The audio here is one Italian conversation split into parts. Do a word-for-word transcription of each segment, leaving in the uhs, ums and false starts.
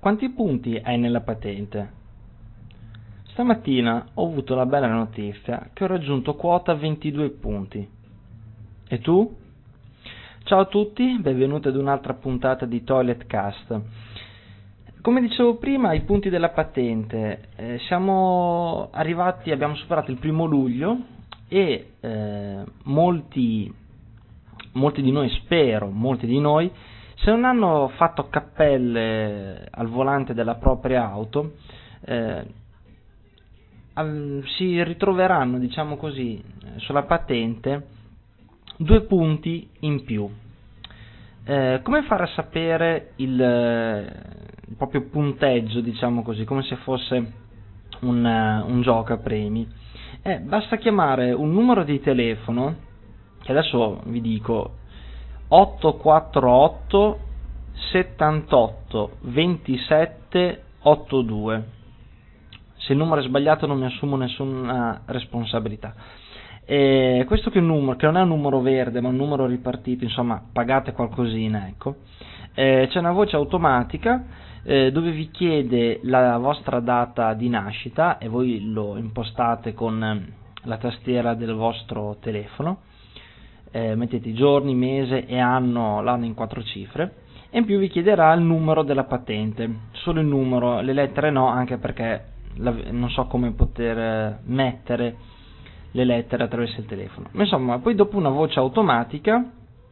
quanti punti hai nella patente? Stamattina ho avuto la bella notizia che ho raggiunto quota ventidue punti. E tu? Ciao a tutti, benvenuti ad un'altra puntata di Toilet Cast. Come dicevo prima, i punti della patente. Eh, siamo arrivati, abbiamo superato il primo luglio e eh, molti, molti di noi, spero, molti di noi, se non hanno fatto cappelle al volante della propria auto, eh, si ritroveranno, diciamo così, sulla patente due punti in più. Eh, come fare a sapere il, il proprio punteggio, diciamo così, come se fosse un, un gioco a premi? Eh, basta chiamare un numero di telefono, che adesso vi dico, otto quattro otto settantotto ventisette ottantadue. Se il numero è sbagliato non mi assumo nessuna responsabilità. E questo che è un numero, che non è un numero verde ma un numero ripartito, insomma pagate qualcosina, ecco. Eh, c'è una voce automatica eh, dove vi chiede la vostra data di nascita e voi lo impostate con la tastiera del vostro telefono, eh, mettete i giorni, mese e anno, l'anno in quattro cifre, e in più vi chiederà il numero della patente, solo il numero, le lettere no, anche perché la, non so come poter mettere le lettere attraverso il telefono. Ma insomma, poi dopo una voce automatica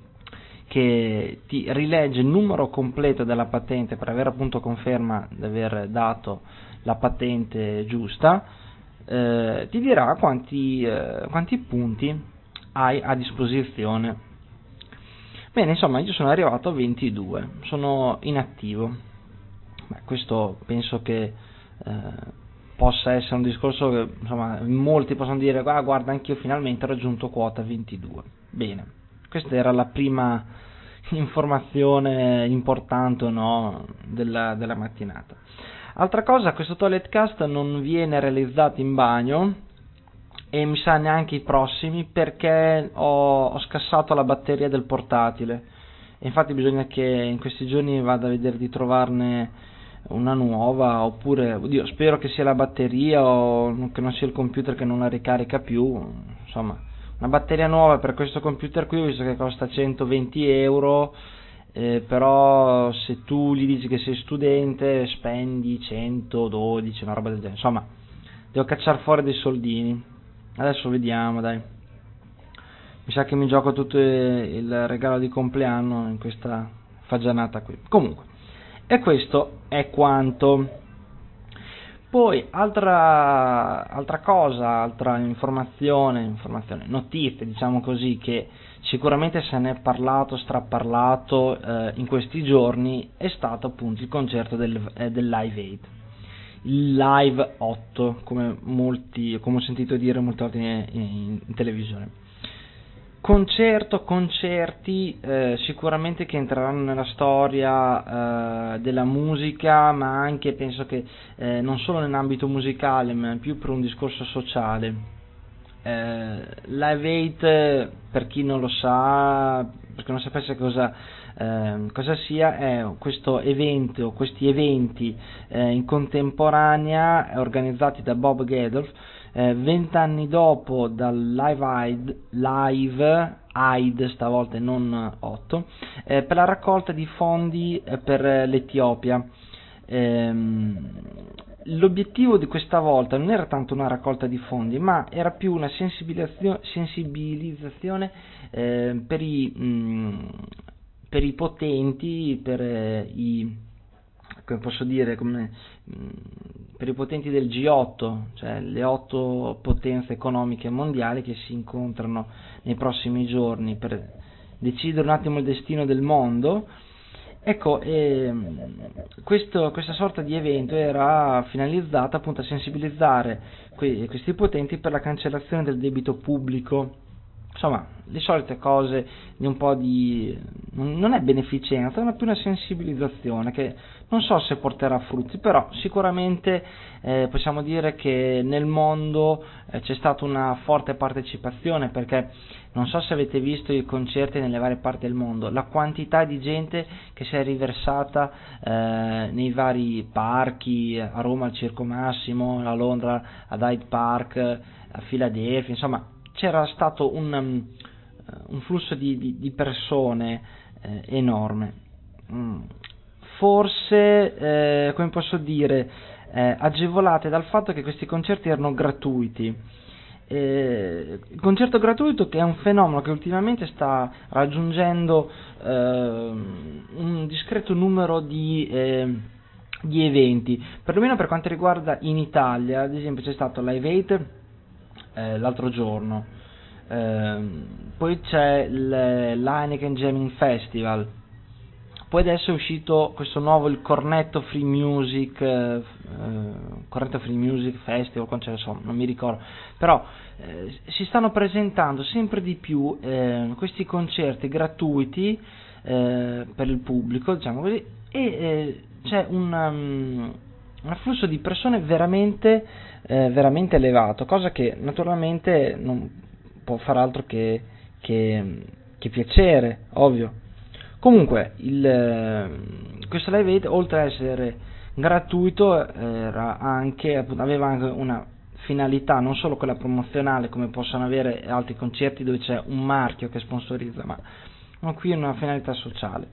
che ti rilegge il numero completo della patente per avere appunto conferma di aver dato la patente giusta, eh, ti dirà quanti, eh, quanti punti hai a disposizione. Bene, insomma, io sono arrivato a ventidue, sono in attivo. Beh, questo penso che eh, possa essere un discorso che, insomma, molti possono dire: ah, guarda, anch'io finalmente ho raggiunto quota ventidue. Bene, questa era la prima informazione importante, no, della, della mattinata. Altra cosa, questo Toilet Cast non viene realizzato in bagno e mi sa neanche i prossimi, perché ho, ho scassato la batteria del portatile e infatti bisogna che in questi giorni vada a vedere di trovarne una nuova, oppure, oddio, spero che sia la batteria o che non sia il computer che non la ricarica più. Insomma, una batteria nuova per questo computer qui ho visto che costa centoventi euro, eh, però se tu gli dici che sei studente spendi centododici, una roba del genere. Insomma, devo cacciare fuori dei soldini. Adesso vediamo, dai. Mi sa che mi gioco tutto il regalo di compleanno in questa fagianata qui. Comunque, e questo è quanto. Poi altra, altra cosa, altra informazione, informazione, notizie, diciamo così, che sicuramente se ne è parlato, straparlato eh, in questi giorni, è stato appunto il concerto del, eh, del Live Aid. Il Live otto, come molti, come ho sentito dire molte volte in, in, in televisione. Concerto, concerti eh, sicuramente che entreranno nella storia eh, della musica, ma anche penso che eh, non solo nell'ambito musicale, ma più per un discorso sociale. Eh, Live Aid, per chi non lo sa, perché non sapesse cosa, eh, cosa sia, è questo evento, questi eventi eh, in contemporanea organizzati da Bob Geldof, vent'anni eh, dopo dal Live Aid, Live Aid stavolta e non otto, eh, per la raccolta di fondi eh, per l'Etiopia. Ehm, l'obiettivo di questa volta non era tanto una raccolta di fondi, ma era più una sensibilizzazione, sensibilizzazione eh, per, i, mh, per i potenti, per eh, i, come posso dire, come, mh, per i potenti del G otto, cioè le otto potenze economiche mondiali che si incontrano nei prossimi giorni per decidere un attimo il destino del mondo. Ecco, ehm, questo, questa sorta di evento era finalizzata appunto a sensibilizzare que- questi potenti per la cancellazione del debito pubblico, insomma le solite cose di un po' di, non è beneficenza, ma più una sensibilizzazione che non so se porterà frutti, però sicuramente eh, possiamo dire che nel mondo eh, c'è stata una forte partecipazione, perché non so se avete visto i concerti nelle varie parti del mondo, la quantità di gente che si è riversata eh, nei vari parchi, a Roma al Circo Massimo, a Londra ad Hyde Park, a Filadelfia, insomma c'era stato un, um, un flusso di, di, di persone eh, enorme. Mm. Forse, eh, come posso dire, eh, agevolate dal fatto che questi concerti erano gratuiti. Eh, il concerto gratuito, che è un fenomeno che ultimamente sta raggiungendo eh, un discreto numero di, eh, di eventi, perlomeno per quanto riguarda in Italia. Ad esempio c'è stato Live Aid eh, l'altro giorno, eh, poi c'è l'Heineken Jamming Festival, poi adesso è uscito questo nuovo, il Cornetto Free Music, eh, Cornetto Free Music Festival, insomma, non mi ricordo, però eh, si stanno presentando sempre di più eh, questi concerti gratuiti eh, per il pubblico, diciamo così, e eh, c'è un, um, un afflusso di persone veramente, eh, veramente elevato, cosa che naturalmente non può far altro che, che, che piacere, ovvio. Comunque, il, questo Live Aid, oltre ad essere gratuito, era anche, aveva anche una finalità, non solo quella promozionale come possono avere altri concerti dove c'è un marchio che sponsorizza, ma, ma qui è una finalità sociale.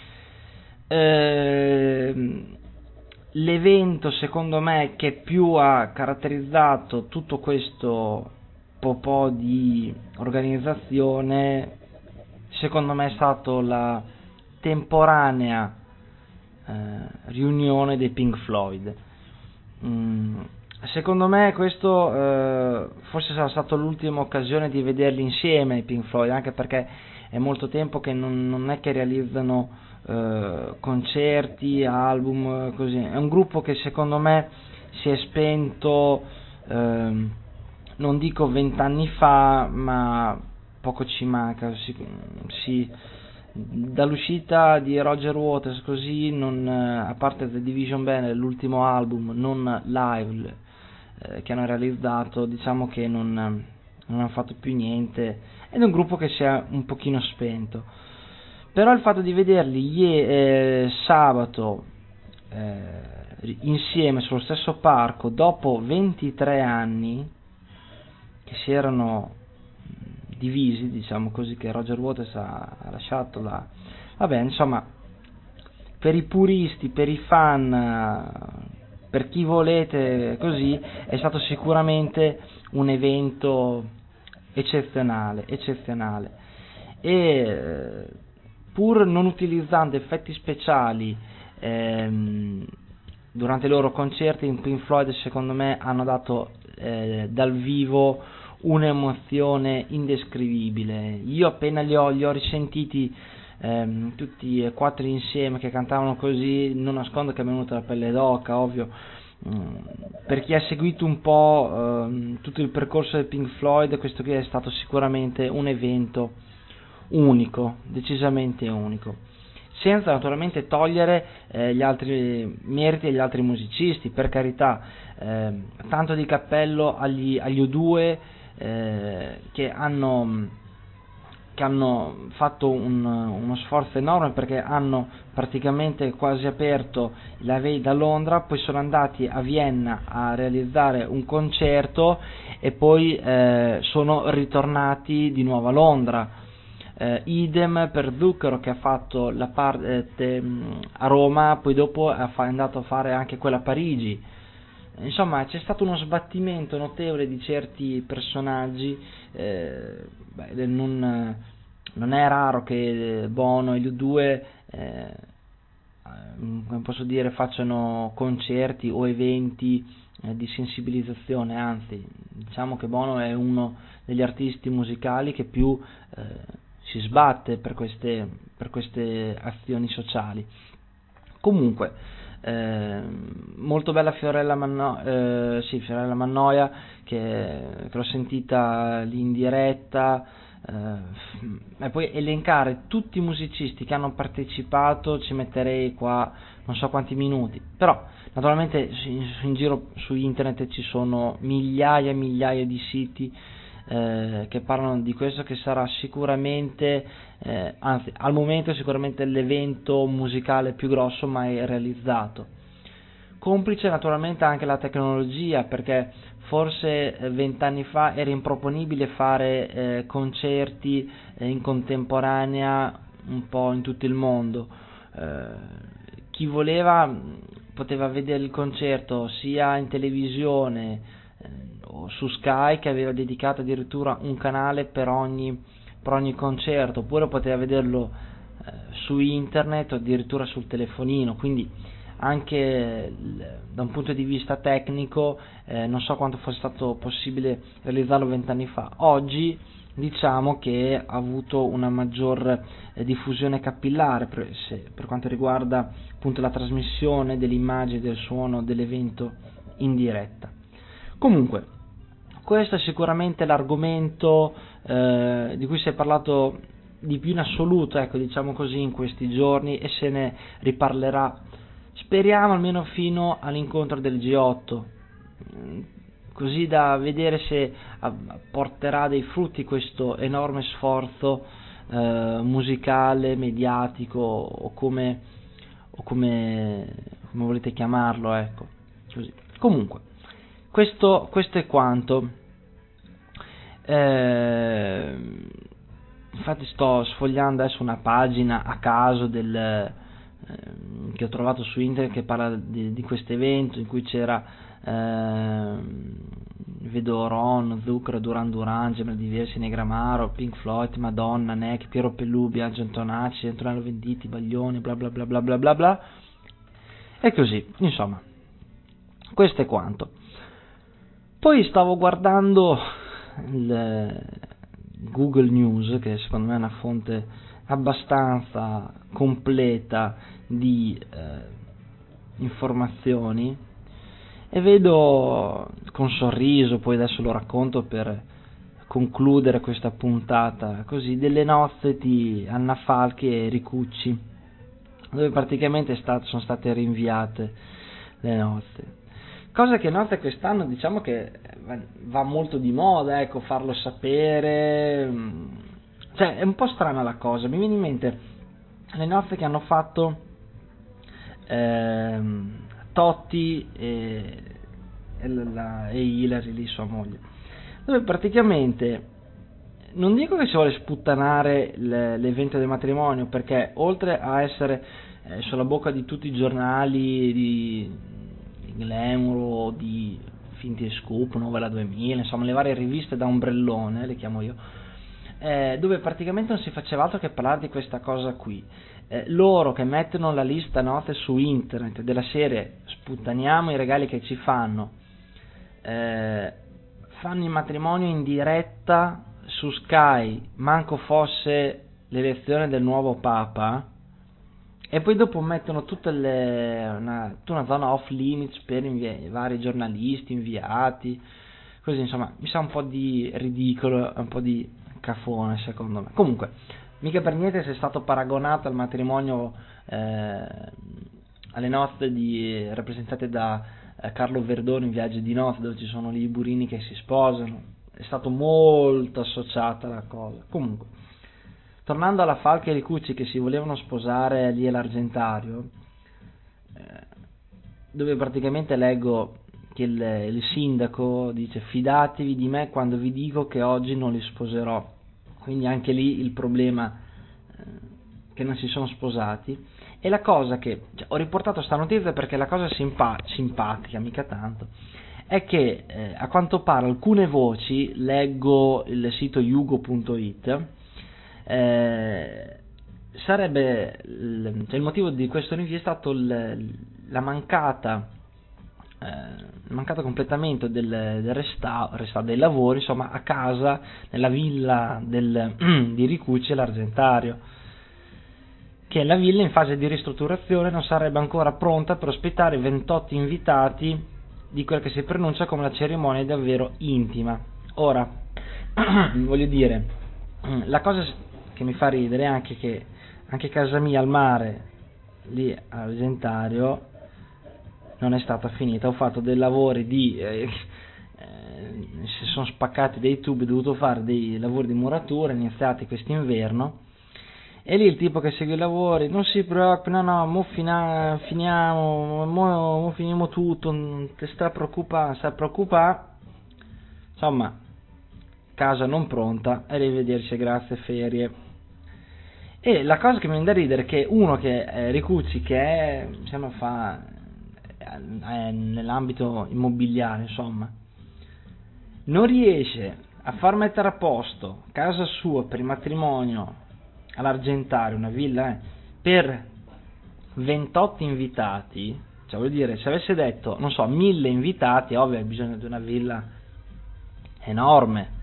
Eh, l'evento, secondo me, che più ha caratterizzato tutto questo po' di organizzazione, secondo me è stato la temporanea eh, riunione dei Pink Floyd. Mm, secondo me questo eh, forse sarà stata l'ultima occasione di vederli insieme i Pink Floyd, anche perché è molto tempo che non, non è che realizzano eh, concerti, album, così. È un gruppo che secondo me si è spento, eh, non dico vent'anni fa, ma poco ci manca. Si, si, dall'uscita di Roger Waters così, non, a parte The Division Band, l'ultimo album non live eh, che hanno realizzato, diciamo che non, non hanno fatto più niente, ed è un gruppo che si è un pochino spento. Però il fatto di vederli eh, sabato eh, insieme sullo stesso palco dopo ventitré anni che si erano divisi, diciamo così, che Roger Waters ha, ha lasciato la... vabbè, insomma, per i puristi, per i fan, per chi volete così, è stato sicuramente un evento eccezionale, eccezionale. E pur non utilizzando effetti speciali ehm, durante i loro concerti, in Pink Floyd secondo me hanno dato eh, dal vivo un'emozione indescrivibile. Io appena li ho, li ho risentiti ehm, tutti e quattro insieme che cantavano così, non nascondo che mi è venuta la pelle d'oca, ovvio. Mm, per chi ha seguito un po' ehm, tutto il percorso del Pink Floyd, questo qui è stato sicuramente un evento unico, decisamente unico, senza naturalmente togliere eh, gli altri meriti agli altri musicisti, per carità, eh, tanto di cappello agli, agli U due eh, che hanno che hanno fatto un, uno sforzo enorme, perché hanno praticamente quasi aperto la Live Aid a Londra, poi sono andati a Vienna a realizzare un concerto e poi eh, sono ritornati di nuovo a Londra. Eh, idem per Zucchero, che ha fatto la parte eh, a Roma, poi dopo è andato a fare anche quella a Parigi. Insomma, c'è stato uno sbattimento notevole di certi personaggi. eh, beh, non, non è raro che Bono e gli U due eh, come posso dire, facciano concerti o eventi eh, di sensibilizzazione, anzi, diciamo che Bono è uno degli artisti musicali che più eh, si sbatte per queste, per queste azioni sociali. Comunque, eh, molto bella Fiorella, Manno- eh, sì, Fiorella Mannoia, che, che l'ho sentita lì in diretta, eh, e poi elencare tutti i musicisti che hanno partecipato ci metterei qua non so quanti minuti, però naturalmente in, in giro su internet ci sono migliaia e migliaia di siti eh, che parlano di questo, che sarà sicuramente eh, anzi al momento sicuramente l'evento musicale più grosso mai realizzato, complice naturalmente anche la tecnologia, perché forse vent'anni fa era improponibile fare eh, concerti eh, in contemporanea un po' in tutto il mondo. Eh, chi voleva poteva vedere il concerto sia in televisione eh, o su Sky, che aveva dedicato addirittura un canale per ogni, per ogni concerto, oppure poteva vederlo eh, su internet o addirittura sul telefonino, quindi anche da un punto di vista tecnico eh, non so quanto fosse stato possibile realizzarlo vent'anni fa. Oggi diciamo che ha avuto una maggior eh, diffusione capillare per, se, per quanto riguarda appunto la trasmissione dell'immagine, del suono dell'evento in diretta. Comunque questo è sicuramente l'argomento eh, di cui si è parlato di più in assoluto, ecco, diciamo così, in questi giorni, e se ne riparlerà, speriamo, almeno fino all'incontro del G otto, così da vedere se porterà dei frutti questo enorme sforzo eh, musicale, mediatico, o come, o come, come volete chiamarlo, ecco, così. Comunque, questo, questo è quanto. Eh, infatti sto sfogliando adesso una pagina a caso del, eh, che ho trovato su internet, che parla di, di questo evento in cui c'era eh, vedo Ron, Zucchero, Duran Duran, Gemma Diversi, Negramaro, Pink Floyd, Madonna, Neck, Piero Pellubi, Angelo Antonacci, Antonello Venditti, Baglioni, bla bla bla bla bla bla bla, e così, insomma, questo è quanto. Poi stavo guardando il Google News, che secondo me è una fonte abbastanza completa di eh, informazioni, e vedo con sorriso, poi adesso lo racconto per concludere questa puntata così, delle nozze di Anna Falchi e Ricucci, dove praticamente stat- sono state rinviate le nozze. Cosa che nota quest'anno, diciamo che va molto di moda, ecco, farlo sapere, cioè è un po' strana la cosa. Mi viene in mente le nozze che hanno fatto ehm, Totti e, e, la, e Hilary, lì sua moglie, dove praticamente non dico che si vuole sputtanare le, l'evento del matrimonio, perché oltre a essere eh, sulla bocca di tutti i giornali di Glamour o di Finti e Scoop, Novella duemila, insomma le varie riviste da ombrellone, le chiamo io, eh, dove praticamente non si faceva altro che parlare di questa cosa qui. Eh, loro che mettono la lista note su internet della serie sputtaniamo i regali che ci fanno, eh, fanno il matrimonio in diretta su Sky, manco fosse l'elezione del nuovo Papa, e poi dopo mettono tutte le, una, tutta una zona off limits per invi- vari giornalisti, inviati, così, insomma, mi sa un po' di ridicolo, un po' di cafone secondo me. Comunque, mica per niente se è stato paragonato al matrimonio, eh, alle nozze di, rappresentate da eh, Carlo Verdone in Viaggi di nozze, dove ci sono lì i burini che si sposano, è stato molto associata la cosa. Comunque, tornando alla Falchi e Ricucci che si volevano sposare lì all'Argentario, eh, dove praticamente leggo che il, il sindaco dice: fidatevi di me quando vi dico che oggi non li sposerò. Quindi anche lì il problema eh, che non si sono sposati. E la cosa che, cioè, ho riportato sta notizia perché la cosa simpa- simpatica, mica tanto, è che eh, a quanto pare alcune voci, leggo il sito yugo punto it, eh, sarebbe il, cioè il motivo di questo rinvio è stato il, la mancata eh, il mancato completamento del, del restauro, restauro dei lavori, insomma, a casa nella villa del, di Ricucci all'Argentario, che la villa in fase di ristrutturazione non sarebbe ancora pronta per ospitare ventotto invitati di quel che si pronuncia come la cerimonia davvero intima. Ora, voglio dire, La cosa che mi fa ridere è anche che anche casa mia al mare, lì a Argentario, non è stata finita. Ho fatto dei lavori di eh, eh, si sono spaccati dei tubi, ho dovuto fare dei lavori di muratura iniziati quest'inverno, e lì il tipo che segue i lavori: non si preoccupi, no no, mo fina, finiamo, mo, mo finiamo tutto, non ti sta preoccupare, sta preoccupare. Insomma, casa non pronta, arrivederci, grazie, ferie. E la cosa che mi viene da ridere è che uno che è Ricucci, che è, mi sembra fa è nell'ambito immobiliare, insomma, non riesce a far mettere a posto casa sua per il matrimonio all'Argentario, una villa eh, per ventotto invitati. Cioè, vuol dire, se avesse detto, non so, mille invitati, ovvio, hai bisogno di una villa enorme,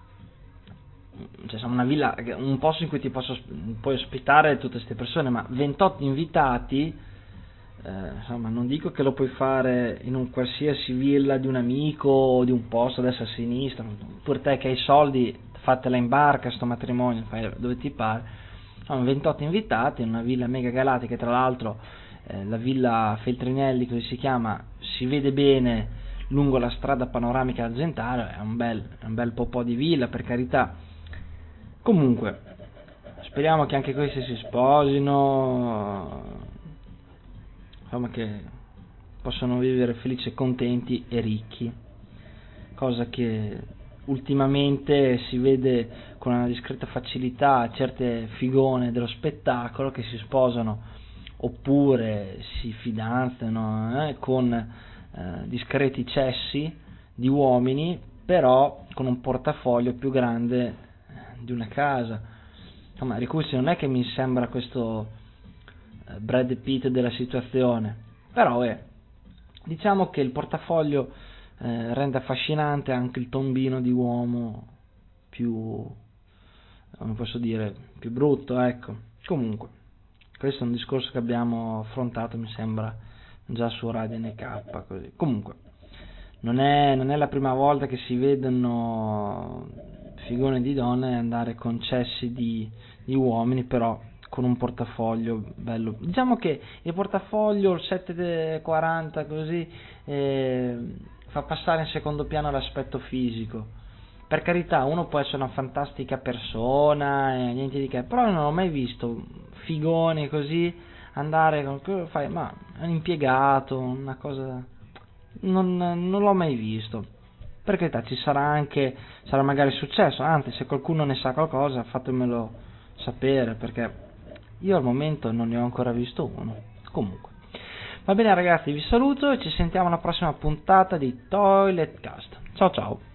cioè insomma una villa, un posto in cui ti posso, puoi ospitare tutte queste persone, ma ventotto invitati, eh, insomma non dico che lo puoi fare in un qualsiasi villa di un amico o di un posto a destra a sinistra, pur te che hai soldi fatela in barca sto matrimonio, fai dove ti pare. Sono ventotto invitati in una villa mega galattica, tra l'altro eh, la villa Feltrinelli, così si chiama, si vede bene lungo la strada panoramica Argentario, è un bel, è un bel po' di villa, per carità. Comunque, speriamo che anche questi si sposino, insomma che possano vivere felici e contenti e ricchi, cosa che ultimamente si vede con una discreta facilità certe figone dello spettacolo che si sposano oppure si fidanzano eh, con eh, discreti cessi di uomini, però con un portafoglio più grande di una casa. Insomma, Ricucci non è che mi sembra questo eh, Brad Pitt della situazione, però eh, diciamo che il portafoglio eh, rende affascinante anche il tombino di uomo più, come posso dire, più brutto, ecco. Comunque, questo è un discorso che abbiamo affrontato, mi sembra, già su Radio N K, così. Comunque, non è, non è la prima volta che si vedono figure di donne andare con cessi di, di uomini, però con un portafoglio bello. Diciamo che il portafoglio, il sette quaranta così, eh, fa passare in secondo piano l'aspetto fisico. Per carità, uno può essere una fantastica persona, eh, niente di che, però non ho mai visto figoni così andare con, fai, ma è un impiegato, una cosa, non, non l'ho mai visto. Per carità, ci sarà anche, sarà magari successo, anzi se qualcuno ne sa qualcosa fatemelo sapere, perché io al momento non ne ho ancora visto uno. Comunque, va bene ragazzi, vi saluto e ci sentiamo alla prossima puntata di Toiletcast. Ciao ciao!